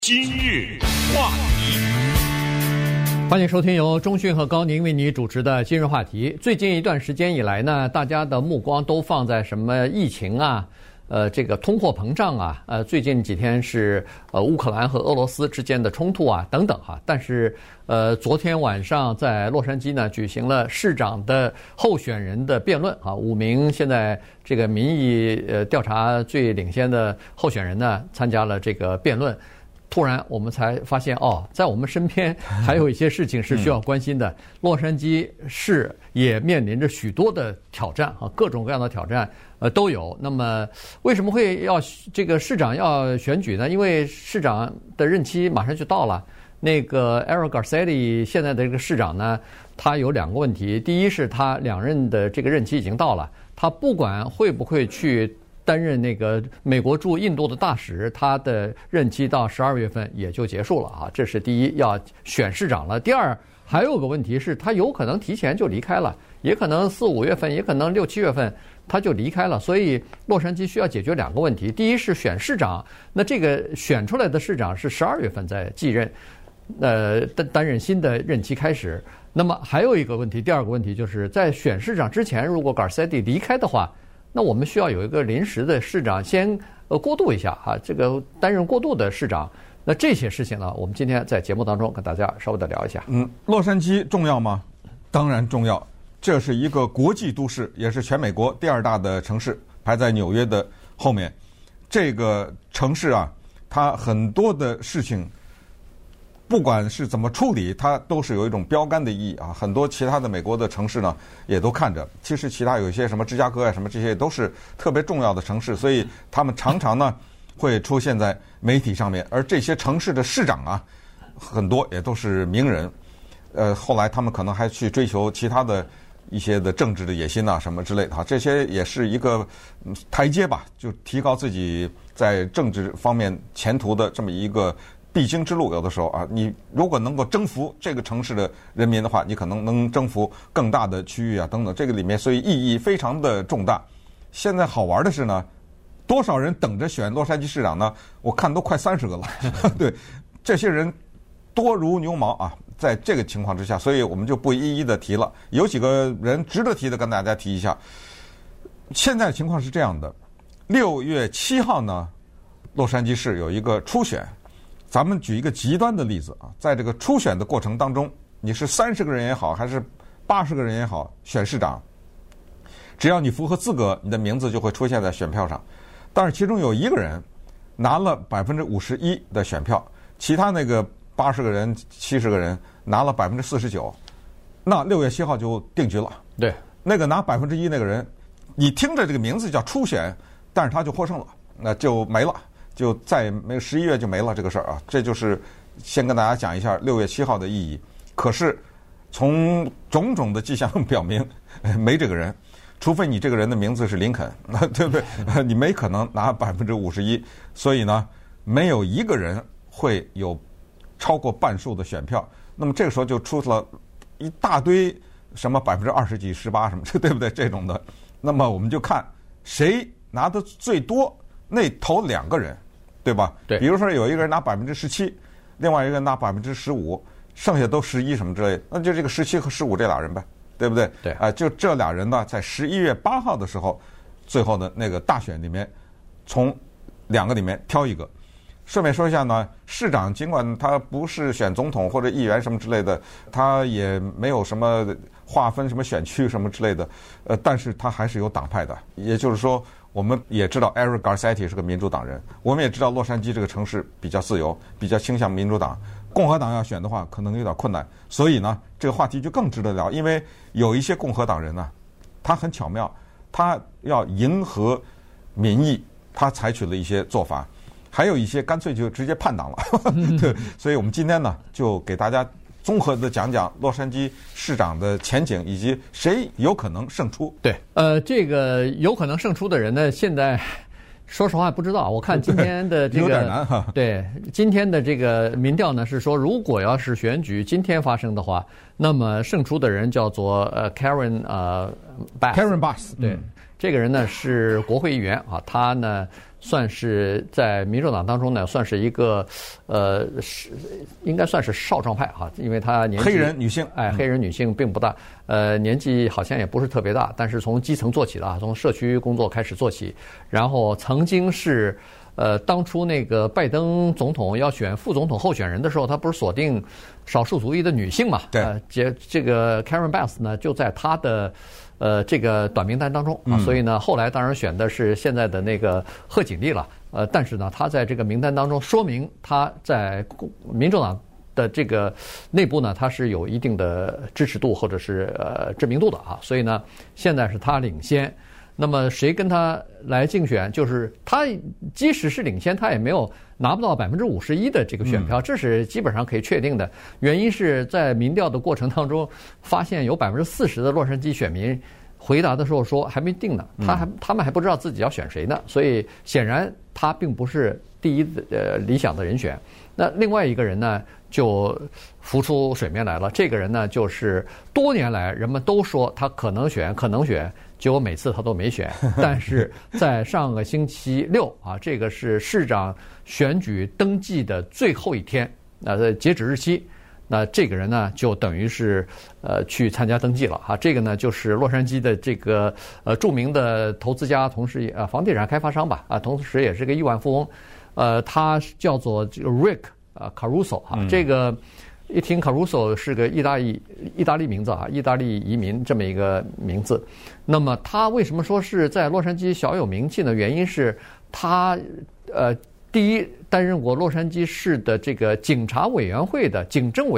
今日话题， 欢迎收听由钟迅和高宁为你主持的今日话题。最近一段时间以来呢，大家的目光都放在什么疫情啊，这个通货膨胀啊，最近几天是乌克兰和俄罗斯之间的冲突啊等等哈。但是昨天晚上在洛杉矶呢举行了市长的候选人的辩论啊，5名现在这个民意调查最领先的候选人呢参加了这个辩论。突然我们才发现在我们身边还有一些事情是需要关心的。洛杉矶市也面临着许多的挑战啊，各种各样的挑战都有。那么为什么会要这个市长要选举呢？因为市长的任期马上就到了。那个 Eric Garcetti 现在的这个市长呢，他有2个问题。第一是他2任的这个任期已经到了，他不管会不会去担任那个美国驻印度的大使，他的任期到12月份也就结束了啊。这是第一，要选市长了。第二，还有个问题是，他有可能提前就离开了，也可能4、5月份，也可能6、7月份他就离开了。所以洛杉矶需要解决2个问题。第一是选市长，那这个选出来的市长是12月份在继任，担任新的任期开始。那么还有一个问题，第2个问题就是在选市长之前，如果 Garcetti 离开的话，那我们需要有一个临时的市长先过渡一下啊，这个担任过渡的市长。那这些事情呢，我们今天在节目当中跟大家稍微的聊一下。 洛杉矶重要吗？当然重要，这是一个国际都市，也是全美国第2大的城市，排在纽约的后面。这个城市啊，它很多的事情，不管是怎么处理，它都是有一种标杆的意义啊。很多其他的美国的城市呢，也都看着。其实其他有一些什么芝加哥啊，什么这些都是特别重要的城市，所以他们常常呢会出现在媒体上面。而这些城市的市长啊，很多也都是名人。后来他们可能还去追求其他的一些的政治的野心啊，什么之类的哈。这些也是一个台阶吧，就提高自己在政治方面前途的这么一个必经之路。有的时候啊，你如果能够征服这个城市的人民的话，你可能能征服更大的区域啊，等等。这个里面所以意义非常的重大。现在好玩的是呢，多少人等着选洛杉矶市长呢？我看都快30个了。对，这些人多如牛毛啊。在这个情况之下，所以我们就不一一的提了。有几个人值得提的，跟大家提一下。现在的情况是这样的：6月7号呢，洛杉矶市有一个初选。咱们举一个极端的例子啊，在这个初选的过程当中，你是30个人也好，还是80个人也好，选市长，只要你符合资格，你的名字就会出现在选票上。但是其中有1个人拿了51%的选票，其他那个80个人、70个人拿了49%，那6月7号就定局了。 对， 那个拿1%那个人，你听着这个名字叫初选，但是他就获胜了，那就没了。就在11月就没了这个事儿啊，这就是先跟大家讲一下6月7号的意义。可是从种种的迹象表明，没这个人，除非你这个人的名字是林肯，对不对？你没可能拿51%，所以呢，没有1个人会有超过半数的选票。那么这个时候就出了一大堆什么20几、18什么，对不对？这种的，那么我们就看谁拿的最多。那头2个人，对吧？ 对。 比如说有一个人拿17%，另外一个人拿15%，剩下都11什么之类的，那就这个17和15这俩人呗，对不对？ 对。 就这俩人呢，在11月8号的时候，最后的那个大选里面，从2个里面挑一个。顺便说一下呢，市长尽管他不是选总统或者议员什么之类的，他也没有什么划分什么选区什么之类的，但是他还是有党派的。也就是说，我们也知道 Eric Garcetti 是个民主党人，我们也知道洛杉矶这个城市比较自由，比较倾向民主党。共和党要选的话，可能有点困难。所以呢，这个话题就更值得聊，因为有一些共和党人呢，他很巧妙，他要迎合民意，他采取了一些做法。还有一些干脆就直接叛党了，对，所以我们今天呢就给大家综合的讲讲洛杉矶市长的前景以及谁有可能胜出。 对，这个有可能胜出的人呢，现在说实话不知道。我看今天的这个有点难哈。 对，今天的这个民调呢是说，如果要是选举今天发生的话，那么胜出的人叫做Karen Bass。 Karen Bass， 对。 这个人呢是国会议员啊，他呢算是在民主党当中呢算是一个应该算是少壮派啊，因为他年纪黑人女性， 黑人女性并不大，年纪好像也不是特别大，但是从基层做起的啊，从社区工作开始做起，然后曾经是。当初那个拜登总统要选副总统候选人的时候，他不是锁定少数族裔的女性嘛？ 对， 这个 Karen Bass 呢就在他的这个短名单当中啊，所以呢后来当然选的是现在的那个贺锦丽了。但是呢他在这个名单当中，说明他在民主党的这个内部呢，他是有一定的支持度或者是知名度的啊，所以呢现在是他领先。那么谁跟他来竞选？就是他，即使是领先，他也没有拿不到51%的这个选票，这是基本上可以确定的。原因是在民调的过程当中，发现有40%的洛杉矶选民回答的时候说还没定呢，他们还不知道自己要选谁呢，所以显然他并不是第一理想的人选。那另外一个人呢，就浮出水面来了。这个人呢，就是多年来人们都说他可能选，结果每次他都没选。但是在上个星期六啊，这个是市长选举登记的最后一天，截止日期。那这个人呢，就等于是去参加登记了啊。这个呢，就是洛杉矶的这个著名的投资家，同时房地产开发商吧啊，同时也是个亿万富翁。他叫做这个 Rick Caruso 啊，这个一听 Caruso 是个意大利名字啊，意大利移民这么一个名字。那么他为什么说是在洛杉矶小有名气呢？原因是他第一担任过洛杉矶市的这个警政委员会的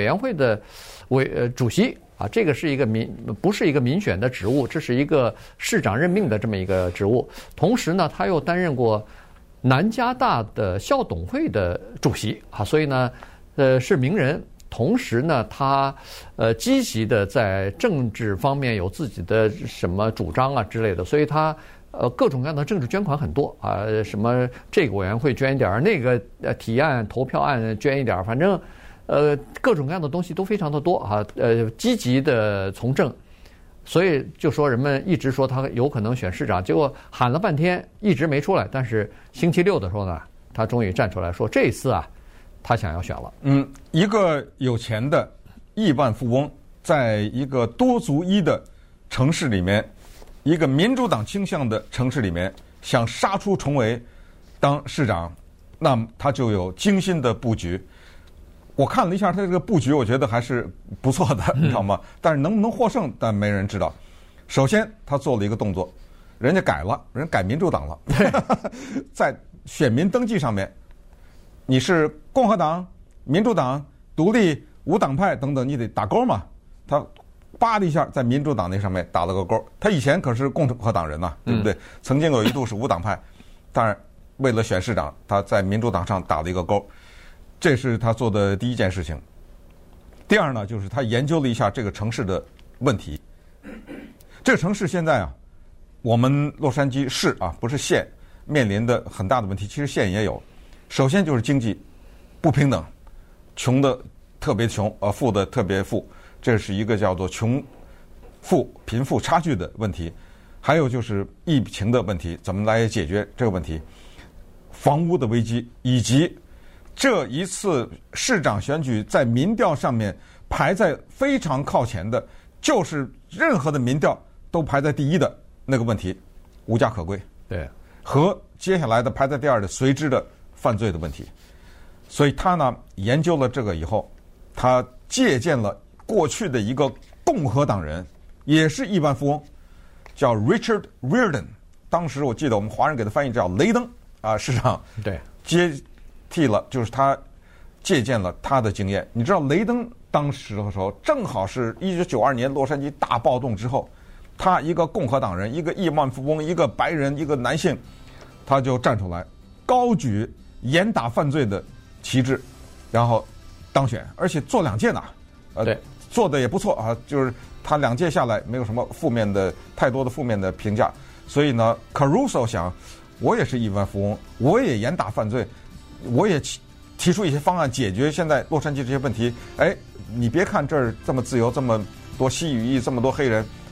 主席啊，这个是一个不是一个民选的职务，这是一个市长任命的这么一个职务。同时呢，他又担任过南加大的校董会的主席啊，所以呢，是名人。同时呢，他积极的在政治方面有自己的什么主张啊之类的，所以他各种各样的政治捐款很多啊，什么这个委员会捐一点，那个提案投票案捐一点，反正各种各样的东西都非常的多啊，积极的从政。所以就说人们一直说他有可能选市长，结果喊了半天一直没出来。但是星期六的时候呢，他终于站出来说这一次啊，他想要选了。 一个有钱的亿万富翁，在一个多族裔的城市里面，一个民主党倾向的城市里面，想杀出重围当市长，那么他就有精心的布局。我看了一下他这个布局，我觉得还是不错的，你知道吗？但是能不能获胜，但没人知道。首先，他做了一个动作，人家改民主党了，在选民登记上面，你是共和党、民主党、独立、无党派等等，你得打勾嘛。他叭的一下在民主党那上面打了个勾。他以前可是共和党人呐，对不对？曾经有一度是无党派，当然为了选市长，他在民主党上打了一个勾。这是他做的第一件事情。第二呢，就是他研究了一下这个城市的问题。这个城市现在啊，我们洛杉矶市啊，不是县，面临的很大的问题，其实县也有。首先就是经济不平等，穷的特别穷，富的特别富，这是一个叫做贫富差距的问题。还有就是疫情的问题，怎么来解决这个问题？房屋的危机，以及这一次市长选举在民调上面排在非常靠前的，就是任何的民调都排在第一的那个问题，无家可归。 对， 和接下来的排在第二的随之的犯罪的问题。所以他呢研究了这个以后，他借鉴了过去的一个共和党人，也是亿万富翁，叫 Richard Riordan。当时我记得我们华人给他翻译叫雷登啊，市长对接替了，就是他借鉴了他的经验。你知道雷登当时的时候，正好是1992年洛杉矶大暴动之后，他一个共和党人，一个亿万富翁，一个白人，一个男性，他就站出来，高举严打犯罪的旗帜，然后当选，而且做2届呢， 对， 做的也不错啊，就是他2届下来没有什么太多的负面的评价。所以呢 ，Caruso 想，我也是亿万富翁，我也严打犯罪，我也提出一些方案解决现在洛杉矶这些问题。哎，你别看这儿这么自由，这么多西语裔，这么多黑人，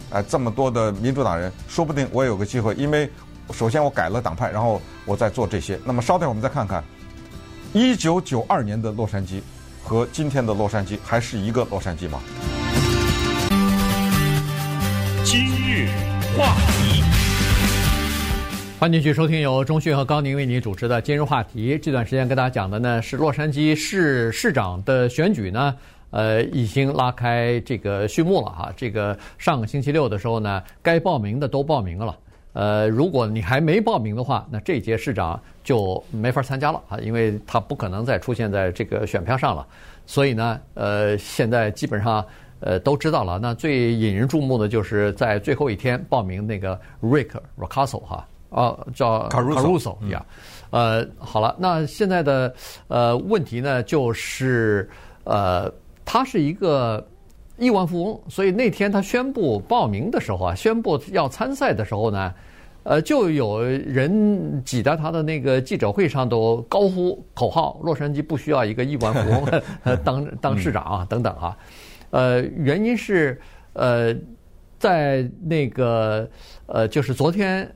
这么多的民主党人，说不定我也有个机会，因为首先我改了党派，然后我再做这些。那么稍待我们再看看1992年的洛杉矶和今天的洛杉矶还是一个洛杉矶吗？ 今日话题， 欢迎继续收听由钟迅和高宁为你主持的今日话题。这段时间跟大家讲的呢是洛杉矶市长的选举呢，已经拉开这个序幕了哈。这个上个星期六的时候呢，该报名的都报名了。如果你还没报名的话，那这届市长就没法参加了啊，因为他不可能再出现在这个选票上了。所以呢，现在基本上都知道了。那最引人注目的就是在最后一天报名那个 Rick Roscoe 哈，叫 Caruso 呀。好了，那现在的问题呢，就是他是一个亿万富翁，所以那天他宣布报名的时候啊，宣布要参赛的时候呢，就有人挤在他的那个记者会上都高呼口号：洛杉矶不需要一个亿万富翁当市长啊，等等啊。原因是在那个就是昨天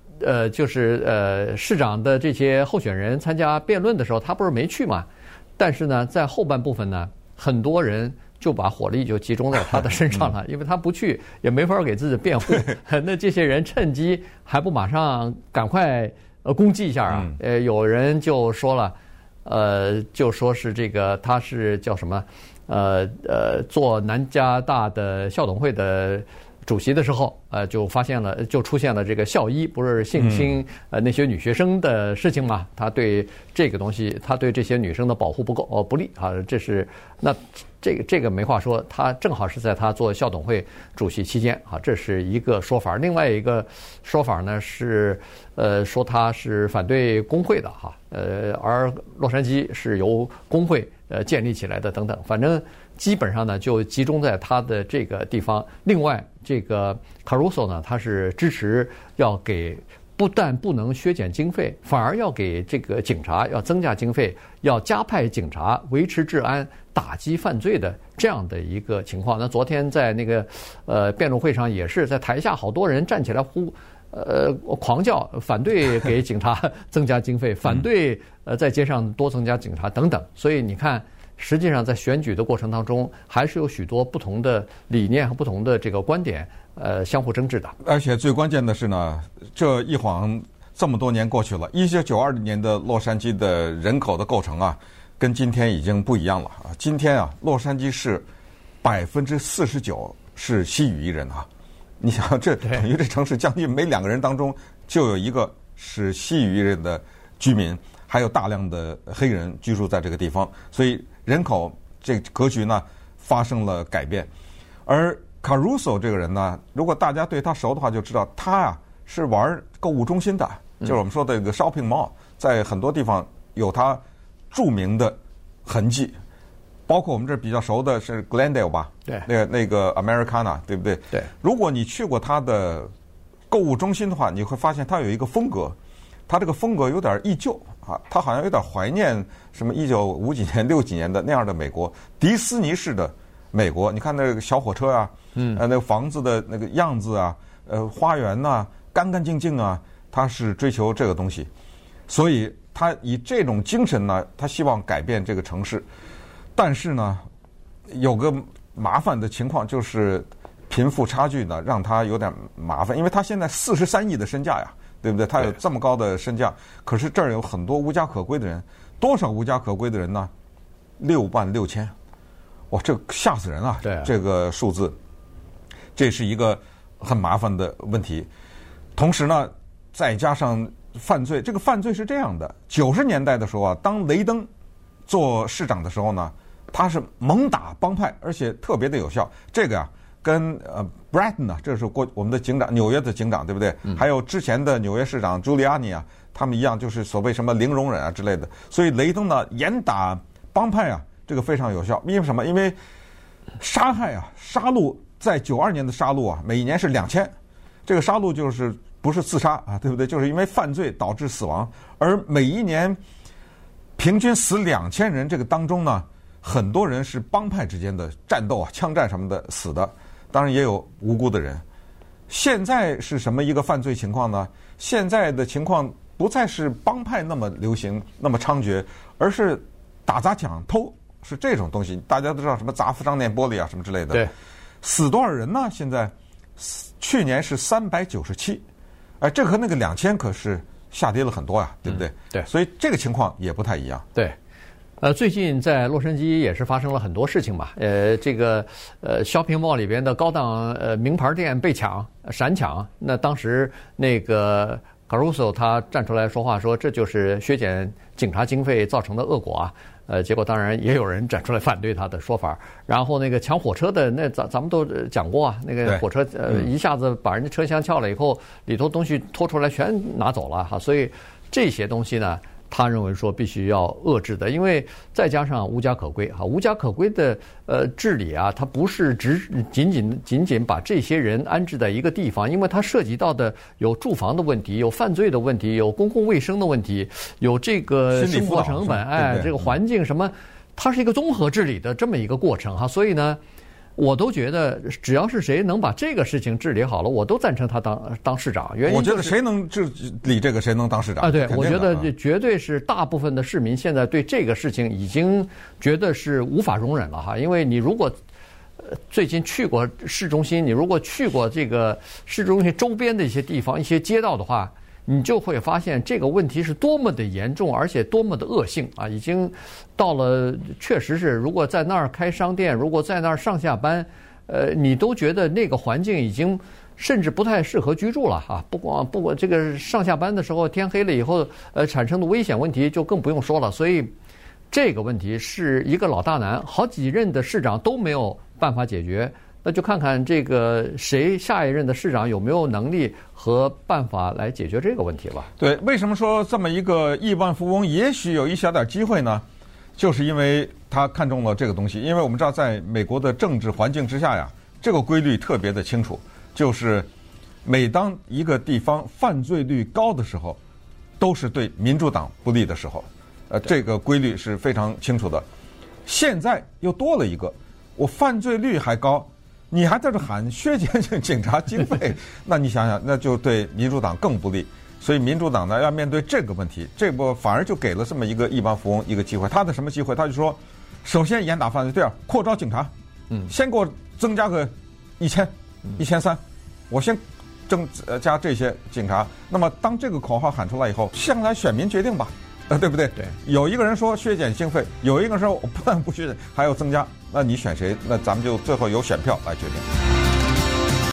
市长的这些候选人参加辩论的时候，他不是没去嘛？但是呢，在后半部分呢，很多人就把火力就集中在他的身上了，因为他不去也没法给自己辩护。那这些人趁机还不马上赶快攻击一下啊？有人就说了，就说是这个他是叫什么？做南加大的校董会的主席的时候，就出现了这个校医不是性侵那些女学生的事情嘛？他对这个东西，他对这些女生的保护不利啊，这个没话说，他正好是在他做校董会主席期间啊，这是一个说法。另外一个说法呢是，说他是反对工会的哈，而洛杉矶是由工会建立起来的等等，反正基本上呢就集中在他的这个地方。另外，这个 Caruso 呢，他是支持要给。不但不能削减经费，反而要给这个警察要增加经费，要加派警察维持治安、打击犯罪的这样的一个情况。那昨天在那个辩论会上也是在台下好多人站起来狂叫反对给警察增加经费，反对在街上多增加警察等等。所以你看，实际上在选举的过程当中，还是有许多不同的理念和不同的这个观点。相互争执的， 而且最关键的是呢，这一晃这么多年过去了，1992年的洛杉矶的人口的构成啊，跟今天已经不一样了啊。今天啊，洛杉矶市49%是西语裔人啊，你想这等于这城市将近每2个人当中就有一个是西语裔人的居民，还有大量的黑人居住在这个地方，所以人口这格局呢发生了改变，而Caruso 这个人呢，如果大家对他熟的话，就知道他啊是玩购物中心的，就是我们说的这个 shopping mall， 在很多地方有他著名的痕迹，包括我们这比较熟的是 Glendale 吧， 对， 那个 Americana， 对不对？ 对。 如果你去过他的购物中心的话，你会发现他有一个风格，他这个风格有点忆旧啊，他好像有点怀念什么1950几年、60几年的那样的美国，迪士尼式的美国。你看那个小火车啊。那个房子的那个样子啊，花园呐，干干净净啊，他是追求这个东西，所以他以这种精神呢，他希望改变这个城市。但是呢，有个麻烦的情况就是贫富差距呢，让他有点麻烦，因为他现在43亿的身价呀，对不对？他有这么高的身价，可是这儿有很多无家可归的人，多少无家可归的人呢？66000，哇，这吓死人啊！ 对， 这个数字。这是一个很麻烦的问题，同时呢，再加上犯罪。这个犯罪是这样的：90年代的时候啊，当雷登做市长的时候呢，他是猛打帮派，而且特别的有效。这个啊，跟Bratton 呢，这是我们的警长，纽约的警长，对不对？还有之前的纽约市长 Giuliani 啊，他们一样，就是所谓什么零容忍啊之类的。所以雷登呢，严打帮派啊，这个非常有效。因为什么？因为杀害啊，杀戮。在92年的杀戮啊，每一年是2000，这个杀戮就是不是自杀啊，对不对？就是因为犯罪导致死亡，而每一年平均死2000人，这个当中呢，很多人是帮派之间的战斗啊、枪战什么的死的，当然也有无辜的人。 现在是什么一个犯罪情况呢？现在的情况不再是帮派那么流行、那么猖獗，而是打砸抢偷，是这种东西。大家都知道什么砸商店玻璃啊什么之类的。 对， 死多少人呢？现在去年是397，这和那个2000可是下跌了很多呀，对不对？ 对， 所以这个情况也不太一样。 对。最近在洛杉矶也是发生了很多事情吧。这个shopping mall 里边的高档名牌店被闪抢。那当时那个 Caruso 他站出来说话说，这就是削减警察经费造成的恶果啊。结果当然也有人站出来反对他的说法。然后那个抢火车的，那咱们都讲过啊，那个火车一下子把人家车厢撬了以后，里头东西拖出来全拿走了哈。所以这些东西呢，他认为说必须要遏制的，因为再加上无家可归哈，无家可归的治理啊，它不是仅仅把这些人安置在一个地方，因为它涉及到的有住房的问题，有犯罪的问题，有公共卫生的问题，有这个生活成本，这个环境什么，它是一个综合治理的这么一个过程哈，所以呢。我都觉得，只要是谁能把这个事情治理好了，我都赞成他当市长。原因、就是、 我觉得谁能治理这个，谁能当市长啊？对，我觉得这绝对是大部分的市民现在对这个事情已经觉得是无法容忍了哈。因为你如果最近去过市中心，你如果去过这个市中心周边的一些地方、一些街道的话，你就会发现这个问题是多么的严重，而且多么的恶性啊！已经到了，确实是，如果在那儿开商店，如果在那儿上下班，你都觉得那个环境已经甚至不太适合居住了啊！不光这个上下班的时候，天黑了以后，产生的危险问题就更不用说了。所以这个问题是一个老大难，好几任的市长都没有办法解决。那就看看这个谁下一任的市长有没有能力和办法来解决这个问题吧。 对，为什么说这么一个亿万富翁也许有一小点机会呢？就是因为他看中了这个东西。因为我们知道，在美国的政治环境之下呀，这个规律特别的清楚，就是每当一个地方犯罪率高的时候，都是对民主党不利的时候。这个规律是非常清楚的。现在又多了一个，我犯罪率还高。你还在这喊削减警察经费，那你想想，那就对民主党更不利。所以民主党呢要面对这个问题，这不反而就给了这么一个亿万富翁一个机会。他的什么机会？他就说，首先严打犯罪，第二扩招警察，先给我增加个1000、1300，我先加这些警察。那么当这个口号喊出来以后，向来选民决定吧。对不对？ 对， 有一个人说削减经费，有一个人说我不但不削减，还要增加，那你选谁？那咱们就最后由选票来决定。